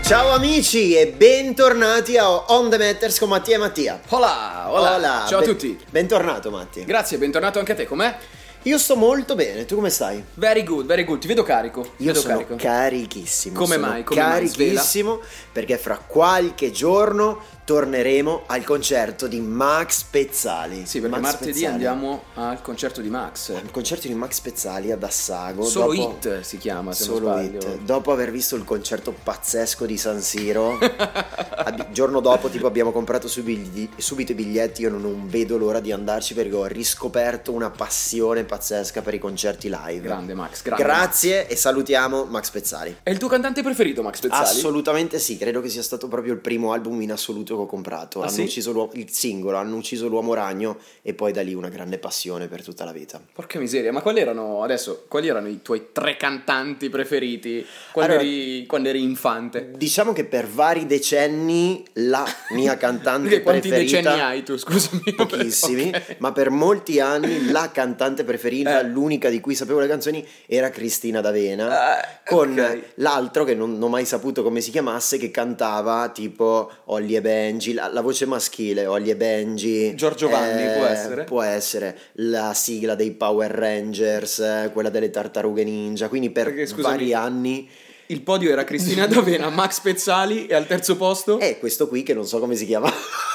Ciao amici e bentornati a On The Matters con Mattia e Mattia. Hola. Ciao a tutti. Bentornato Mattia. Grazie, bentornato anche a te, com'è? Io sto molto bene, tu come stai? Very good, ti vedo carico. Io sono carichissimo. Come mai? Carichissimo perché fra qualche giorno torneremo al concerto di Max Pezzali. Sì, perché martedì andiamo al concerto di Max. Al concerto di Max Pezzali ad Assago. Solo Hit si chiama, se non sbaglio. Hit. Dopo aver visto il concerto pazzesco di San Siro, giorno dopo tipo abbiamo comprato subito i biglietti. Io non vedo l'ora di andarci perché ho riscoperto una passione pazzesca per i concerti live. Grande Max, Grazie e salutiamo Max Pezzali. È il tuo cantante preferito, Max Pezzali? Assolutamente sì, credo che sia stato proprio il primo album in assoluto che ho comprato. Hanno ucciso il singolo, hanno ucciso l'Uomo Ragno e poi da lì una grande passione per tutta la vita. Porca miseria, ma quali erano i tuoi 3 cantanti preferiti quando eri infante? Diciamo che per vari decenni la mia cantante Perché preferita. Quanti decenni hai tu, scusami? Pochissimi, Okay. Ma per molti anni la cantante preferita, l'unica di cui sapevo le canzoni, era Cristina D'Avena, con l'altro che non ho mai saputo come si chiamasse, che cantava tipo Ollie e Benji, la voce maschile, Ollie e Benji. Giorgio Vanni, può essere? Può essere la sigla dei Power Rangers, quella delle Tartarughe Ninja, quindi Perché, scusami, vari anni. Il podio era Cristina D'Avena, Max Pezzali e al terzo posto? Questo qui che non so come si chiama.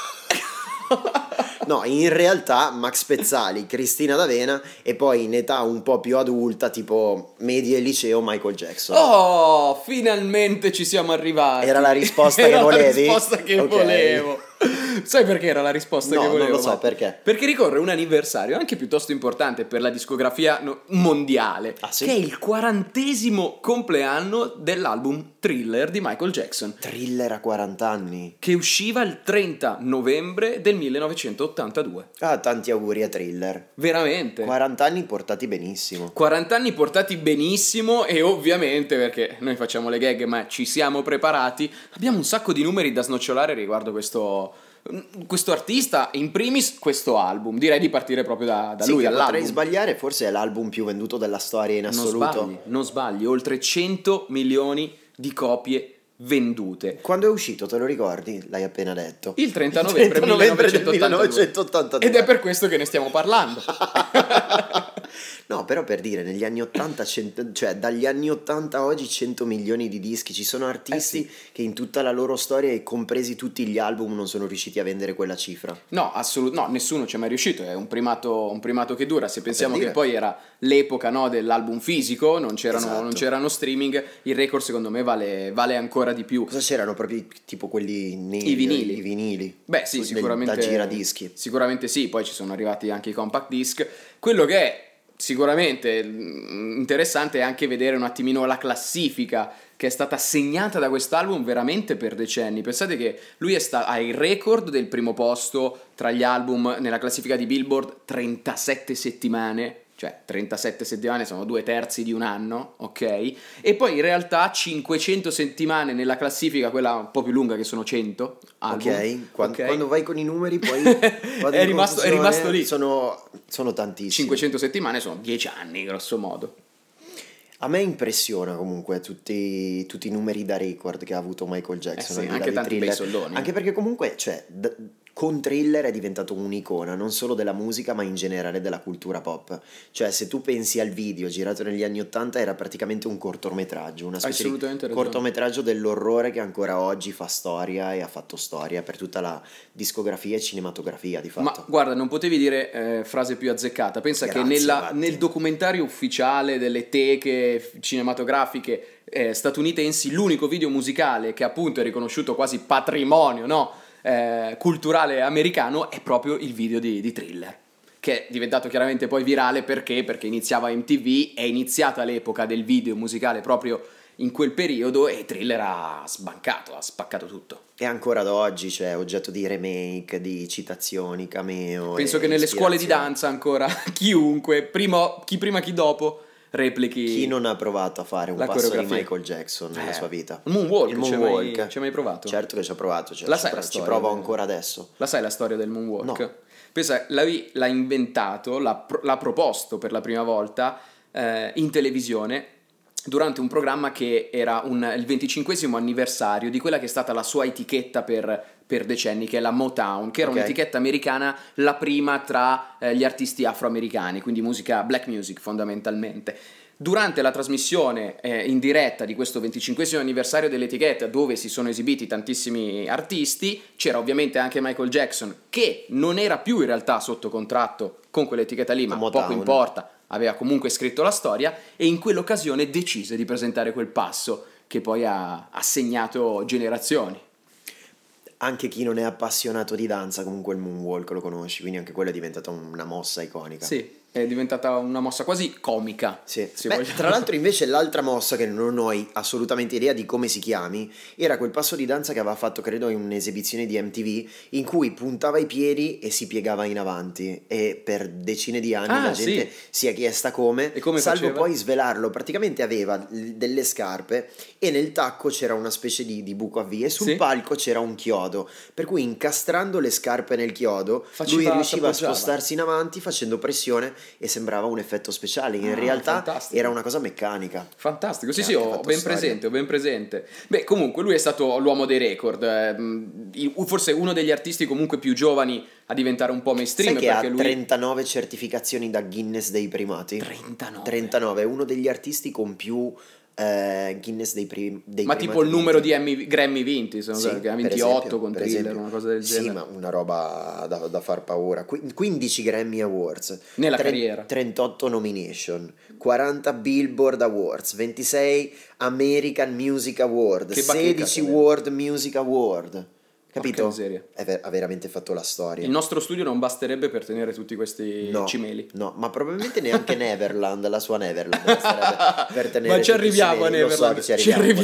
No, in realtà Max Pezzali, Cristina D'Avena e poi in età un po' più adulta, tipo media e liceo, Michael Jackson. Oh, finalmente ci siamo arrivati. Era la risposta che volevi? Era la risposta che Ok. volevo. Sai perché era la risposta che volevo? Non lo so, perché? Perché ricorre un anniversario anche piuttosto importante per la discografia mondiale, sì? che è il 40° compleanno dell'album Thriller di Michael Jackson. Thriller a 40 anni? Che usciva il 30 novembre del 1982. Tanti auguri a Thriller. Veramente. 40 anni portati benissimo. 40 anni portati benissimo e ovviamente, perché noi facciamo le gag ma ci siamo preparati, abbiamo un sacco di numeri da snocciolare riguardo questo artista e in primis questo album. Direi di partire proprio da Sì, lui, che all'album. potrei sbagliare, forse è l'album più venduto della storia in assoluto. Non sbagli, oltre 100 milioni di copie vendute. Quando è uscito, te lo ricordi? L'hai appena detto. Il 30 novembre, 1982. Ed è per questo che ne stiamo parlando. No, però per dire, negli anni 80, cioè dagli anni 80 a oggi 100 milioni di dischi, ci sono artisti che in tutta la loro storia e compresi tutti gli album non sono riusciti a vendere quella cifra. No, no, nessuno ci è mai riuscito, è un primato che dura. Se pensiamo che poi era l'epoca, no, dell'album fisico, non c'erano streaming, il record secondo me vale ancora di più. Cosa c'erano proprio tipo quelli neri? I vinili. I vinili. Beh sì, sicuramente. Da giradischi. Sicuramente sì, poi ci sono arrivati anche i compact disc. Quello che è sicuramente interessante è anche vedere un attimino la classifica che è stata segnata da quest'album veramente per decenni. Pensate che lui ha il record del primo posto tra gli album nella classifica di Billboard 37 settimane. Cioè 37 settimane sono 2/3 di un anno, ok? E poi in realtà 500 settimane nella classifica, quella un po' più lunga che sono 100 album. Ok, quando vai con i numeri poi è rimasto lì. Sono tantissimi. 500 settimane sono 10 anni, grosso modo. A me impressiona comunque tutti i numeri da record che ha avuto Michael Jackson. Sì, anche tanti bei soldoni. Anche perché comunque, cioè, con Thriller è diventato un'icona, non solo della musica ma in generale della cultura pop. Cioè, se tu pensi al video girato negli anni 80 era praticamente un cortometraggio, una specie di cortometraggio dell'orrore che ancora oggi fa storia e ha fatto storia per tutta la discografia e cinematografia di fatto. Ma guarda, non potevi dire frase più azzeccata. Pensa che nel documentario ufficiale delle teche cinematografiche statunitensi, l'unico video musicale che appunto è riconosciuto quasi patrimonio, no? Culturale americano è proprio il video di Thriller, che è diventato chiaramente poi virale perché iniziava MTV, è iniziata l'epoca del video musicale proprio in quel periodo e Thriller ha spaccato tutto. E ancora ad oggi c'è oggetto di remake, di citazioni, cameo. Penso che nelle scuole di danza ancora chiunque, chi prima chi dopo, replichi. Chi non ha provato a fare un passo di Michael Jackson nella sua vita? Il Moonwalk. Ci hai mai provato? Certo che ci ho provato, ci provo ancora adesso. La sai la storia del Moonwalk? No. Pensa, l'ha inventato, l'ha proposto per la prima volta in televisione durante un programma che era il 25esimo anniversario di quella che è stata la sua etichetta per decenni, che è la Motown, che era un'etichetta americana, la prima tra gli artisti afroamericani, quindi musica black music fondamentalmente. Durante la trasmissione in diretta di questo 25esimo anniversario dell'etichetta, dove si sono esibiti tantissimi artisti, c'era ovviamente anche Michael Jackson, che non era più in realtà sotto contratto con quell'etichetta lì, ma poco importa, aveva comunque scritto la storia, e in quell'occasione decise di presentare quel passo che poi ha segnato generazioni. Anche chi non è appassionato di danza, comunque il moonwalk lo conosci, quindi anche quella è diventata una mossa iconica. Sì, è diventata una mossa quasi comica. Sì. Tra l'altro invece l'altra mossa, che non ho assolutamente idea di come si chiami, era quel passo di danza che aveva fatto credo in un'esibizione di MTV, in cui puntava i piedi e si piegava in avanti, e per decine di anni la gente si è chiesta come salvo faceva? Poi svelarlo. Praticamente aveva delle scarpe e nel tacco c'era una specie di buco a V, e sul palco c'era un chiodo, per cui incastrando le scarpe nel chiodo lui riusciva a spostarsi in avanti facendo pressione, e sembrava un effetto speciale. In realtà era una cosa meccanica. Fantastico, sì, ho ben presente. Beh, comunque lui è stato l'uomo dei record, forse uno degli artisti comunque più giovani a diventare un po' mainstream. Sai che perché ha lui 39 certificazioni da Guinness dei primati? 39, è uno degli artisti con più Guinness dei primati. Ma tipo il numero di Grammy vinti, che ha 28 esempio, con Thriller, una cosa del genere. Sì, ma una roba da far paura. 15 Grammy Awards nella carriera, 38 nomination, 40 Billboard Awards, 26 American Music Award, 16 World Music Award. Capito? Ha veramente fatto la storia. Il nostro studio non basterebbe per tenere tutti questi cimeli. No, ma probabilmente neanche Neverland, la sua Neverland, basterebbe per tenere. Ma ci arriviamo a Neverland. So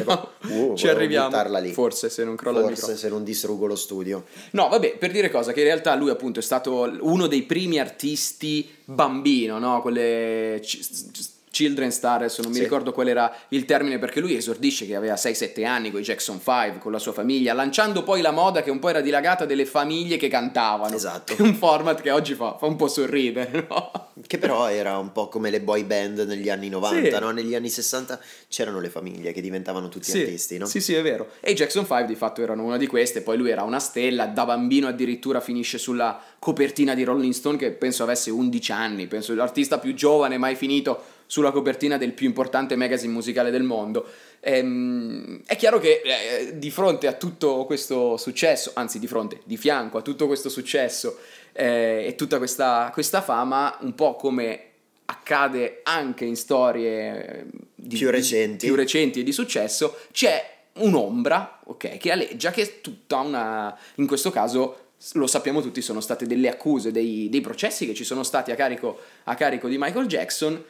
ci arriviamo. Lì. Forse se non crolla il microfono. Forse se non distruggo lo studio. No, vabbè, per dire cosa, che in realtà lui appunto è stato uno dei primi artisti bambino, no? Quelle children star, adesso non mi ricordo qual era il termine, perché lui esordisce che aveva 6-7 anni con i Jackson 5, con la sua famiglia, lanciando poi la moda che un po' era dilagata delle famiglie che cantavano. Esatto. Un format che oggi fa un po' sorridere, no? Che però era un po' come le boy band negli anni 90, no? Negli anni 60 c'erano le famiglie che diventavano tutti artisti, no? Sì, è vero. E i Jackson 5 di fatto erano una di queste, poi lui era una stella, da bambino addirittura finisce sulla copertina di Rolling Stone, che penso avesse 11 anni, penso l'artista più giovane mai finito sulla copertina del più importante magazine musicale del mondo. È chiaro che di fronte a tutto questo successo, anzi di fianco a tutto questo successo e tutta questa fama, un po' come accade anche in storie più recenti e di successo, c'è un'ombra, che aleggia, che è tutta in questo caso lo sappiamo tutti, sono state delle accuse, dei processi che ci sono stati a carico di Michael Jackson,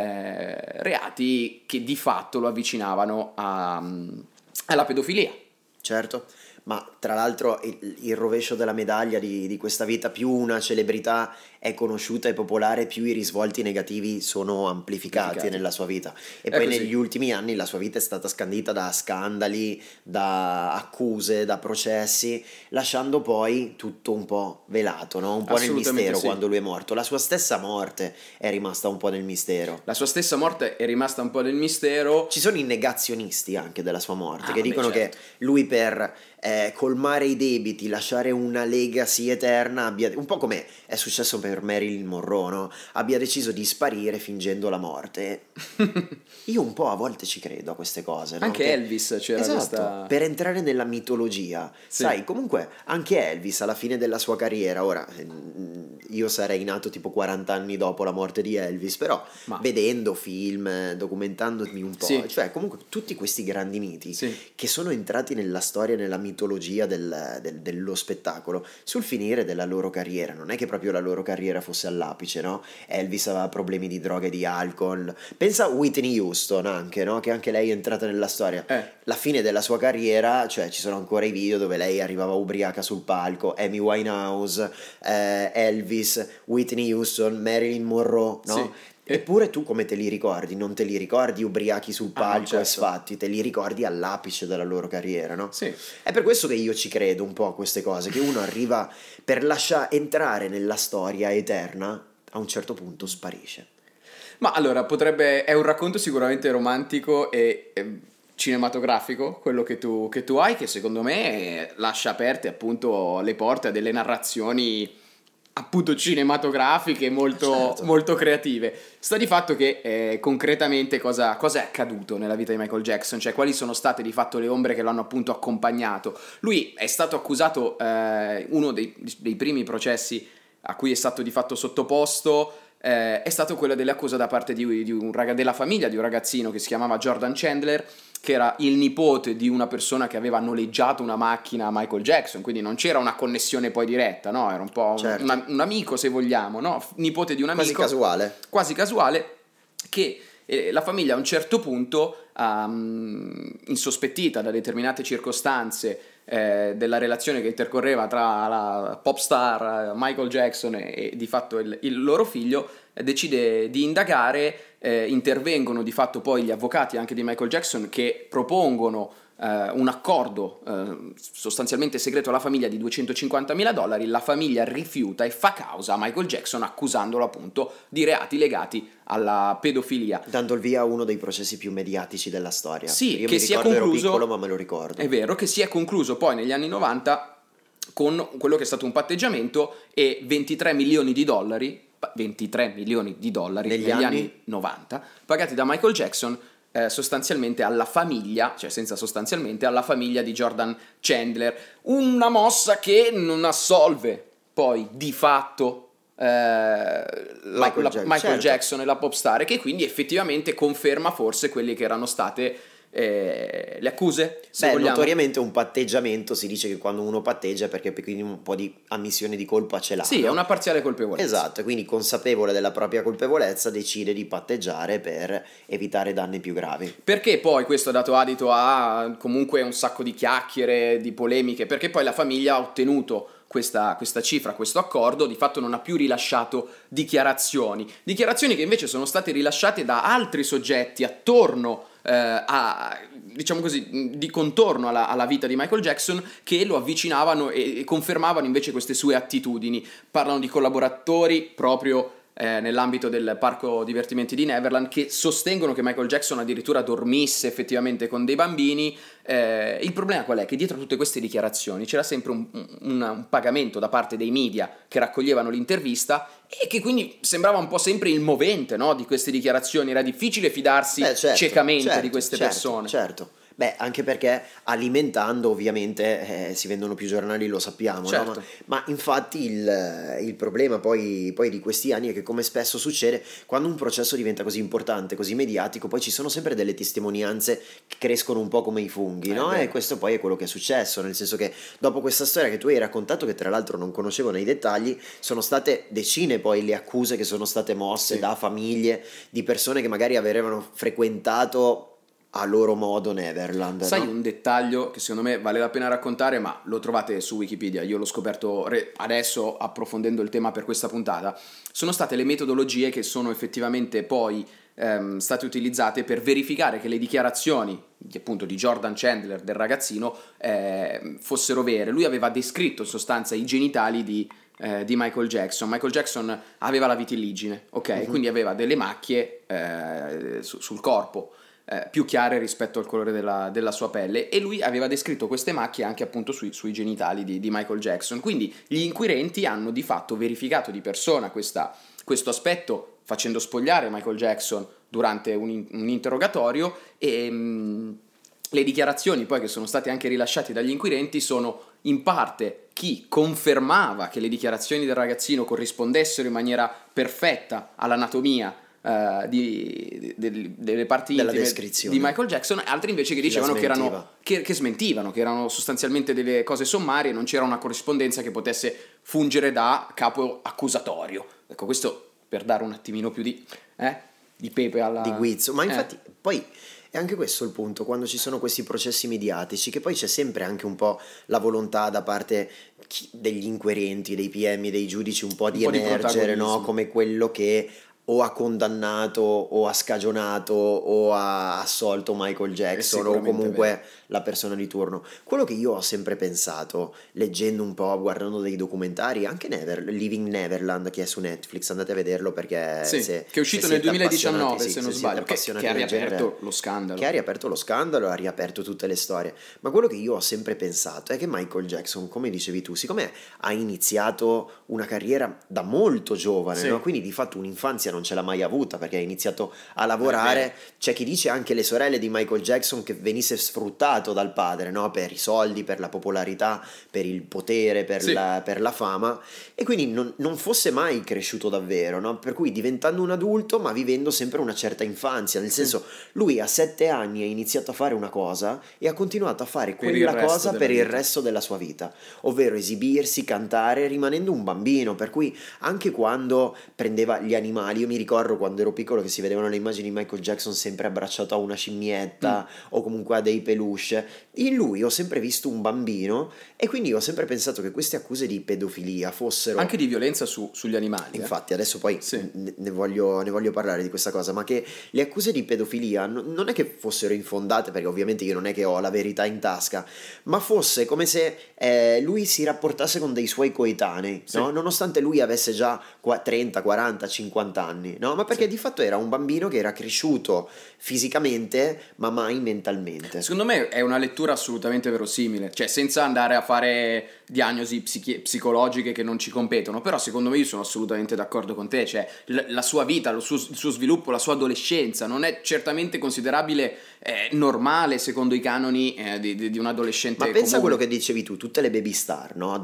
reati che di fatto lo avvicinavano alla pedofilia. Certo, ma tra l'altro il rovescio della medaglia di questa vita: più una celebrità è conosciuta e popolare, più i risvolti negativi sono amplificati nella sua vita. E poi negli ultimi anni la sua vita è stata scandita da scandali, da accuse, da processi, lasciando poi tutto un po' velato, no? Un po' nel mistero. Quando lui è morto, la sua stessa morte è rimasta un po' nel mistero. Ci sono i negazionisti anche della sua morte, che dicono che lui, per colmare i debiti, lasciare una legacy eterna, un po' come è successo per Marilyn Monroe, no? Abbia deciso di sparire fingendo la morte. Io un po' a volte ci credo a queste cose, no? Anche Elvis c'era questa... per entrare nella mitologia. Sai, comunque anche Elvis alla fine della sua carriera, ora io sarei nato tipo 40 anni dopo la morte di Elvis, però vedendo film, documentandomi un po', cioè comunque tutti questi grandi miti che sono entrati nella storia, nella mitologia dello spettacolo, sul finire della loro carriera, non è che proprio la loro carriera fosse all'apice, no? Elvis aveva problemi di droga e di alcol. Pensa a Whitney Houston anche, no? Che anche lei è entrata nella storia. La fine della sua carriera, cioè ci sono ancora i video dove lei arrivava ubriaca sul palco. Amy Winehouse, Elvis, Whitney Houston, Marilyn Monroe, no? Eppure tu come te li ricordi? Non te li ricordi ubriachi sul palco e sfatti, te li ricordi all'apice della loro carriera, no? È per questo che io ci credo un po' a queste cose, che uno arriva per lasciare entrare nella storia eterna, a un certo punto sparisce. Ma allora, è un racconto sicuramente romantico e cinematografico, quello che tu hai, che secondo me lascia aperte appunto le porte a delle narrazioni appunto cinematografiche molto, Certo. molto creative. Sta di fatto che concretamente cosa è accaduto nella vita di Michael Jackson, cioè quali sono state di fatto le ombre che l'hanno appunto accompagnato. Lui è stato accusato, uno dei primi processi a cui è stato di fatto sottoposto è stato quello delle accuse da parte della famiglia di un ragazzino che si chiamava Jordan Chandler, che era il nipote di una persona che aveva noleggiato una macchina a Michael Jackson, quindi non c'era una connessione poi diretta, no? Era un po' Certo. un amico, se vogliamo, no? Nipote di un amico. Quasi casuale. Che la famiglia a un certo punto, insospettita da determinate circostanze della relazione che intercorreva tra la pop star Michael Jackson e di fatto il loro figlio, decide di indagare. Intervengono di fatto poi gli avvocati anche di Michael Jackson, che propongono un accordo sostanzialmente segreto alla famiglia di $250.000. La famiglia rifiuta e fa causa a Michael Jackson, accusandolo appunto di reati legati alla pedofilia, dando il via a uno dei processi più mediatici della storia. Sì, Io che mi si è ricordo, concluso, ero piccolo, ma me lo ricordo. È vero, che si è concluso poi negli anni 90 con quello che è stato un patteggiamento e $23 milioni negli anni 90, pagati da Michael Jackson sostanzialmente alla famiglia, cioè senza sostanzialmente, alla famiglia di Jordan Chandler. Una mossa che non assolve poi di fatto Michael Jackson e la pop star, e che quindi effettivamente conferma forse quelle che erano state le accuse, se vogliamo. Notoriamente un patteggiamento, si dice che quando uno patteggia è perché quindi un po' di ammissione di colpa ce l'ha. Sì, no? È una parziale colpevolezza. Esatto, quindi consapevole della propria colpevolezza decide di patteggiare per evitare danni più gravi. Perché poi questo ha dato adito a comunque un sacco di chiacchiere, di polemiche, perché poi la famiglia ha ottenuto questa cifra, questo accordo, di fatto non ha più rilasciato dichiarazioni che invece sono state rilasciate da altri soggetti attorno diciamo così, di contorno alla vita di Michael Jackson, che lo avvicinavano e confermavano invece queste sue attitudini. Parlano di collaboratori proprio nell'ambito del parco divertimenti di Neverland, che sostengono che Michael Jackson addirittura dormisse effettivamente con dei bambini. Il problema qual è? Che dietro tutte queste dichiarazioni c'era sempre un pagamento da parte dei media che raccoglievano l'intervista, e che quindi sembrava un po' sempre il movente, no, di queste dichiarazioni. Era difficile fidarsi ciecamente di queste persone. Certo. Anche perché alimentando ovviamente si vendono più giornali, lo sappiamo, certo. no? Ma infatti il problema poi di questi anni è che, come spesso succede, quando un processo diventa così importante, così mediatico, poi ci sono sempre delle testimonianze che crescono un po' come i funghi, no? E questo poi è quello che è successo, nel senso che dopo questa storia che tu hai raccontato, che tra l'altro non conoscevo nei dettagli, sono state decine poi le accuse che sono state mosse da famiglie di persone che magari avevano frequentato a loro modo Neverland. Sai, no? Un dettaglio che secondo me vale la pena raccontare, ma lo trovate su Wikipedia, io l'ho scoperto adesso approfondendo il tema per questa puntata, sono state le metodologie che sono effettivamente poi state utilizzate per verificare che le dichiarazioni appunto di Jordan Chandler, del ragazzino, fossero vere. Lui aveva descritto in sostanza i genitali di Michael Jackson. Michael Jackson aveva la vitiligine, ok? Quindi aveva delle macchie sul corpo, più chiare rispetto al colore della sua pelle, e lui aveva descritto queste macchie anche appunto sui genitali di Michael Jackson. Quindi gli inquirenti hanno di fatto verificato di persona questo aspetto, facendo spogliare Michael Jackson durante un interrogatorio, e le dichiarazioni poi che sono state anche rilasciate dagli inquirenti sono in parte chi confermava che le dichiarazioni del ragazzino corrispondessero in maniera perfetta all'anatomia delle parti intime di Michael Jackson, altri invece che dicevano che smentivano, che erano sostanzialmente delle cose sommarie, non c'era una corrispondenza che potesse fungere da capo accusatorio. Ecco, questo per dare un attimino più di pepe di guizzo, ma infatti poi è anche questo il punto, quando ci sono questi processi mediatici, che poi c'è sempre anche un po' la volontà da parte degli inquirenti, dei PM, dei giudici, un po' di emergere, no? Come quello che o ha condannato o ha scagionato o ha assolto Michael Jackson o comunque la persona di turno. Quello che io ho sempre pensato, leggendo un po', guardando dei documentari, anche Living Neverland, che è su Netflix, andate a vederlo perché che è uscito nel 2019 se non sbaglio, che ha riaperto lo scandalo. Che ha riaperto lo scandalo, ha riaperto tutte le storie. Ma quello che io ho sempre pensato è che Michael Jackson, come dicevi tu, siccome ha iniziato una carriera da molto giovane, no? Quindi di fatto un'infanzia non ce l'ha mai avuta perché ha iniziato a lavorare. C'è chi dice anche le sorelle di Michael Jackson che venisse sfruttato dal padre, no? Per i soldi, per la popolarità, per il potere, per la fama, e quindi non fosse mai cresciuto davvero, no? Per cui diventando un adulto ma vivendo sempre una certa infanzia, nel senso lui a 7 anni ha iniziato a fare una cosa e ha continuato a fare quella cosa per il resto della sua vita, ovvero esibirsi, cantare, rimanendo un bambino, per cui anche quando prendeva gli animali, io mi ricordo quando ero piccolo che si vedevano le immagini di Michael Jackson sempre abbracciato a una scimmietta o comunque a dei peluche, in lui ho sempre visto un bambino e quindi ho sempre pensato che queste accuse di pedofilia fossero anche di violenza sugli animali. Infatti adesso poi ne voglio parlare di questa cosa, ma che le accuse di pedofilia non è che fossero infondate, perché ovviamente io non è che ho la verità in tasca, ma fosse come se lui si rapportasse con dei suoi coetanei, no? Nonostante lui avesse già 30, 40, 50 anni, no? Ma perché di fatto era un bambino che era cresciuto fisicamente ma mai mentalmente. Secondo me è una lettura assolutamente verosimile, cioè senza andare a fare diagnosi psicologiche che non ci competono, però secondo me io sono assolutamente d'accordo con te, cioè la sua vita, il suo sviluppo, la sua adolescenza non è certamente considerabile normale secondo i canoni di un adolescente ma pensa comune. a quello che dicevi tu, tutte le baby star, no?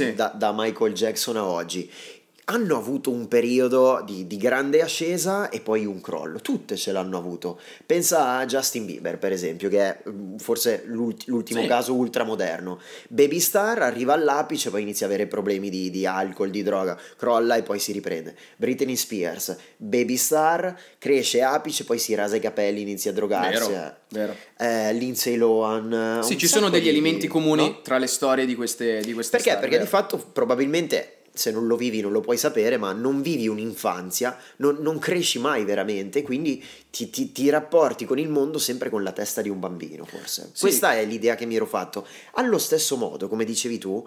Da Michael Jackson a oggi hanno avuto un periodo di grande ascesa e poi un crollo, tutte ce l'hanno avuto. Pensa a Justin Bieber per esempio, che è forse l'ultimo caso ultramoderno. Baby star arriva all'apice, poi inizia a avere problemi di alcol, di droga, crolla e poi si riprende. Britney Spears, baby star, cresce apice, poi si rasa i capelli, inizia a drogarsi. Vero. Lindsay Lohan. Ci sono degli elementi comuni, no? Tra le storie di queste perché? star, perché di fatto probabilmente se non lo vivi non lo puoi sapere, ma non vivi un'infanzia, non cresci mai veramente, quindi ti rapporti con il mondo sempre con la testa di un bambino, forse. Questa è l'idea che mi ero fatto. Allo stesso modo, come dicevi tu,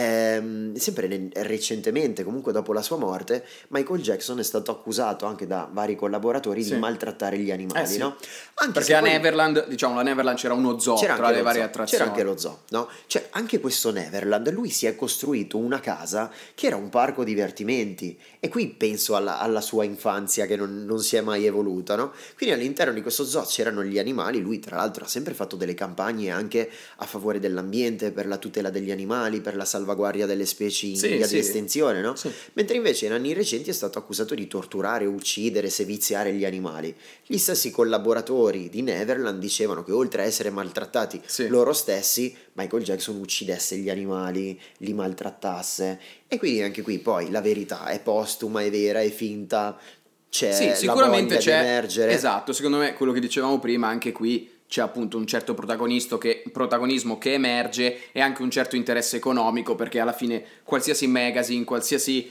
sempre recentemente, comunque dopo la sua morte, Michael Jackson è stato accusato anche da vari collaboratori di maltrattare gli animali, no? Anche perché a Neverland, diciamo, la Neverland c'era uno zoo tra le varie attrazioni. C'era anche lo zoo, no? Cioè, anche questo Neverland, lui si è costruito una casa che era un parco divertimenti, e qui penso alla sua infanzia che non si è mai evoluta, no? Quindi all'interno di questo zoo c'erano gli animali, lui tra l'altro ha sempre fatto delle campagne anche a favore dell'ambiente, per la tutela degli animali, per la salvaguardia delle specie in via di estinzione, no? Mentre invece in anni recenti è stato accusato di torturare, uccidere, seviziare gli animali. Gli stessi collaboratori di Neverland dicevano che oltre a essere maltrattati loro stessi, Michael Jackson uccidesse gli animali, li maltrattasse, e quindi anche qui poi la verità è postuma, è vera, è finta, c'è sicuramente la voglia di emergere. Esatto, secondo me quello che dicevamo prima, anche qui c'è appunto un certo protagonismo che emerge e anche un certo interesse economico, perché alla fine qualsiasi magazine, qualsiasi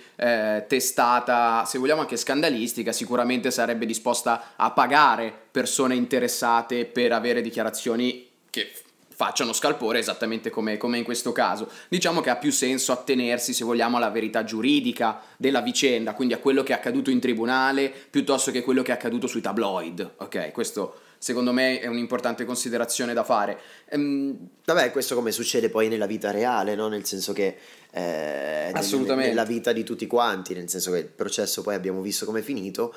testata, se vogliamo anche scandalistica, sicuramente sarebbe disposta a pagare persone interessate per avere dichiarazioni che facciano scalpore, esattamente come in questo caso. Diciamo che ha più senso attenersi, se vogliamo, alla verità giuridica della vicenda, quindi a quello che è accaduto in tribunale, piuttosto che quello che è accaduto sui tabloid. Ok, questo secondo me è un'importante considerazione da fare. Vabbè, questo come succede poi nella vita reale, no? Nel senso che assolutamente nella vita di tutti quanti, nel senso che il processo poi abbiamo visto come è finito.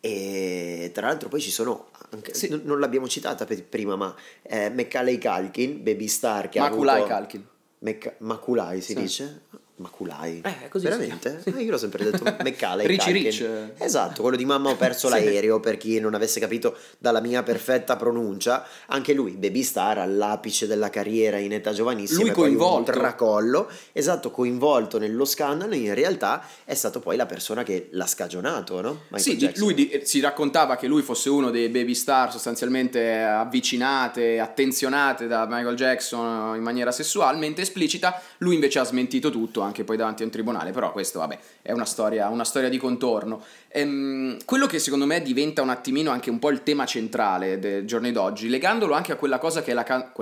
E tra l'altro poi ci sono anche, non l'abbiamo citata prima, ma Macaulay Culkin, baby star che Macaulay ha avuto Culkin. Macaulay si dice? Macaulay? Così veramente? Io l'ho sempre detto Macaulay Richie Culkin. Esatto, quello di Mamma ho perso l'aereo, per chi non avesse capito dalla mia perfetta pronuncia. Anche lui, baby star all'apice della carriera in età giovanissima, lui coinvolto, poi un tracollo, esatto, coinvolto nello scandalo. In realtà è stato poi la persona che l'ha scagionato, no? Lui si raccontava che lui fosse uno dei baby star sostanzialmente avvicinate, attenzionate da Michael Jackson in maniera sessualmente esplicita. Lui invece ha smentito tutto, anche poi davanti a un tribunale, però questo vabbè è una storia di contorno. Quello che secondo me diventa un attimino anche un po' il tema centrale dei giorni d'oggi, legandolo anche a quella cosa che è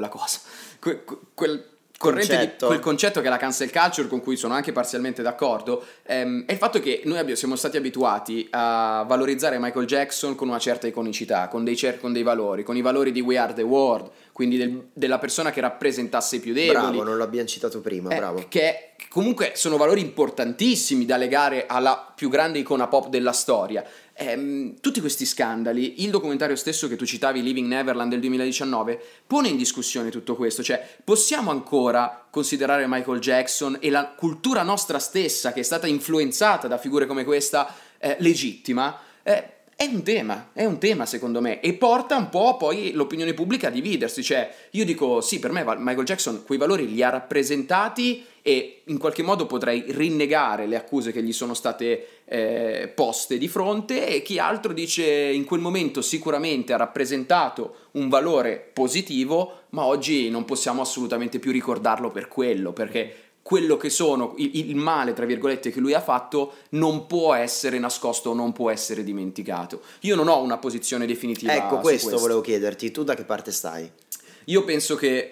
quel concetto che è la cancel culture, con cui sono anche parzialmente d'accordo, è il fatto che noi siamo stati abituati a valorizzare Michael Jackson con una certa iconicità, con dei valori, con i valori di We Are the World, quindi della persona che rappresentasse i più deboli. Bravo, non l'abbiamo citato prima, bravo. Che comunque sono valori importantissimi da legare alla più grande icona pop della storia. Tutti questi scandali, il documentario stesso che tu citavi, Living Neverland del 2019, pone in discussione tutto questo, cioè possiamo ancora considerare Michael Jackson e la cultura nostra stessa, che è stata influenzata da figure come questa, legittima? È un tema secondo me, e porta un po' poi l'opinione pubblica a dividersi. Cioè io dico sì, per me Michael Jackson quei valori li ha rappresentati e in qualche modo potrei rinnegare le accuse che gli sono state poste di fronte, e chi altro dice in quel momento sicuramente ha rappresentato un valore positivo, ma oggi non possiamo assolutamente più ricordarlo per quello, perché quello che sono il male, tra virgolette, che lui ha fatto non può essere nascosto, non può essere dimenticato. Io non ho una posizione definitiva Ecco, su questo volevo chiederti, tu da che parte stai? Io penso che,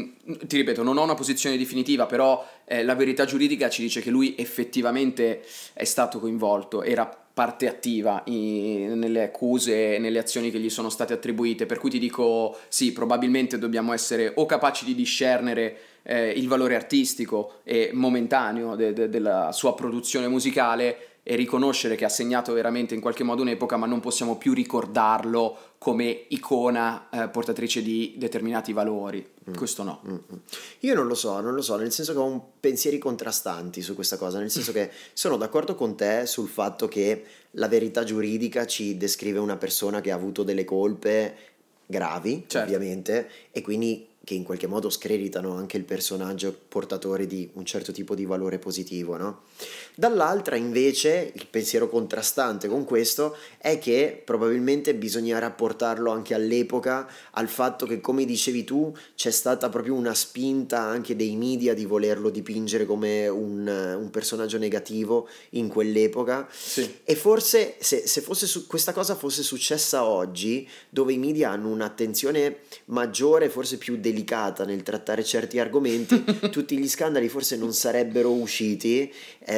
ti ripeto, non ho una posizione definitiva, però la verità giuridica ci dice che lui effettivamente è stato coinvolto, era parte attiva nelle accuse, nelle azioni che gli sono state attribuite, per cui ti dico sì, probabilmente dobbiamo essere o capaci di discernere il valore artistico e momentaneo della sua produzione musicale e riconoscere che ha segnato veramente in qualche modo un'epoca, ma non possiamo più ricordarlo come icona portatrice di determinati valori. Questo no. Io non lo so, nel senso che ho pensieri contrastanti su questa cosa, nel senso che sono d'accordo con te sul fatto che la verità giuridica ci descrive una persona che ha avuto delle colpe gravi, certo, ovviamente, e quindi che in qualche modo screditano anche il personaggio portatore di un certo tipo di valore positivo, no? Dall'altra invece il pensiero contrastante con questo è che probabilmente bisogna rapportarlo anche all'epoca al fatto che, come dicevi tu, c'è stata proprio una spinta anche dei media di volerlo dipingere come un personaggio negativo in quell'epoca. sì. E forse se questa cosa fosse successa oggi, dove i media hanno un'attenzione maggiore, forse più delicata nel trattare certi argomenti, tutti gli scandali forse non sarebbero usciti,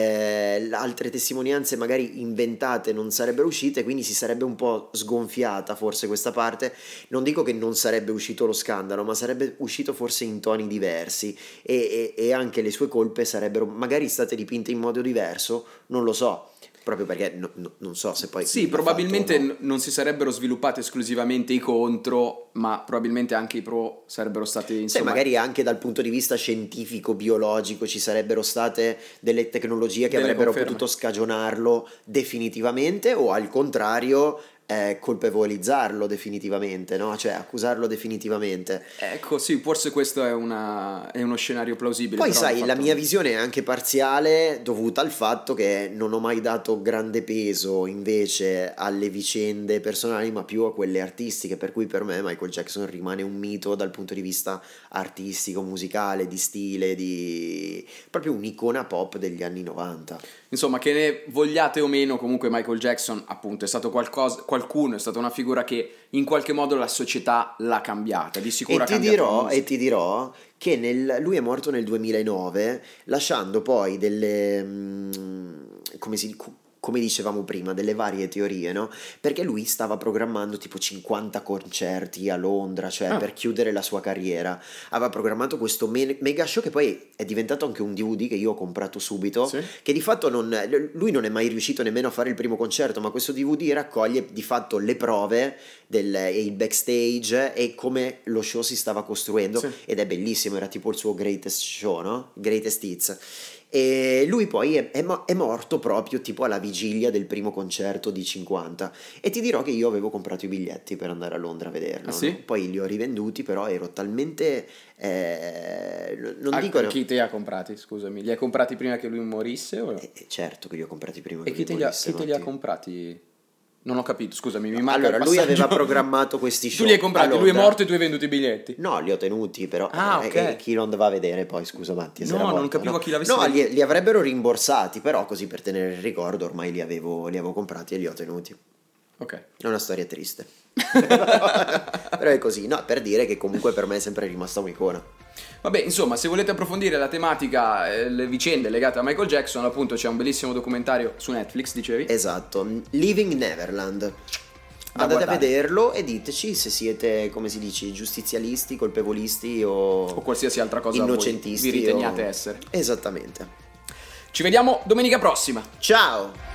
altre testimonianze magari inventate non sarebbero uscite, quindi si sarebbe un po' sgonfiata forse questa parte. Non dico che non sarebbe uscito lo scandalo, ma sarebbe uscito forse in toni diversi, e anche le sue colpe sarebbero magari state dipinte in modo diverso, non lo so. Proprio perché non so se poi... Sì, probabilmente non si sarebbero sviluppati esclusivamente i contro, ma probabilmente anche i pro sarebbero stati, insomma... magari anche dal punto di vista scientifico, biologico, ci sarebbero state delle tecnologie che delle avrebbero conferme. potuto scagionarlo definitivamente, o al contrario colpevolizzarlo definitivamente, no? Cioè accusarlo definitivamente. Ecco, sì, forse questo è uno scenario plausibile. Poi però sai, di la fatto mia visione è anche parziale, dovuta al fatto che non ho mai dato grande peso invece alle vicende personali, ma più a quelle artistiche, per cui per me Michael Jackson rimane un mito dal punto di vista artistico, musicale, di stile, proprio un'icona pop degli anni 90. Insomma, che ne vogliate o meno, comunque Michael Jackson appunto è stato qualcuno, è stata una figura che in qualche modo la società l'ha cambiata, di sicuro ha cambiato la musica. E ti dirò che lui è morto nel 2009, lasciando poi come dicevamo prima, delle varie teorie, no? Perché lui stava programmando tipo 50 concerti a Londra, cioè per chiudere la sua carriera. Aveva programmato questo mega show che poi è diventato anche un DVD che io ho comprato subito, Sì. che di fatto lui non è mai riuscito nemmeno a fare il primo concerto, ma questo DVD raccoglie di fatto le prove e il backstage e come lo show si stava costruendo, Sì. ed è bellissimo, era tipo il suo greatest show, no? Greatest hits. E lui poi è morto proprio tipo alla vigilia del primo concerto di 50, e ti dirò che io avevo comprato i biglietti per andare a Londra a vederlo, sì? no? Poi li ho rivenduti, però ero talmente non dico Chi te li ha comprati, scusami? Li hai comprati prima che lui morisse? O... certo che li ho comprati prima E che lui morisse, chi te li ha Matti. comprati? Non ho capito, scusami, mi manca Allora, il lui passaggio. aveva programmato questi show. Tu li hai comprati, a lui è Londra. morto e tu hai venduto i biglietti. No, li ho tenuti, però ok. chi lo andava a vedere poi, scusa Matti, se No, era non morto, capivo no? chi l'avesse No, venduto. li avrebbero rimborsati, però così per tenere il ricordo ormai li avevo comprati e li ho tenuti. Ok. È una storia triste. Però è così, no, per dire che comunque per me è sempre rimasta un'icona. Vabbè, insomma, se volete approfondire la tematica, le vicende legate a Michael Jackson, appunto c'è un bellissimo documentario su Netflix, dicevi? Esatto, Living Neverland. Andate guardare. a vederlo e diteci se siete, come si dice, giustizialisti, colpevolisti o qualsiasi altra cosa innocentisti voi vi riteniate o... essere. Esattamente. Ci vediamo domenica prossima. Ciao!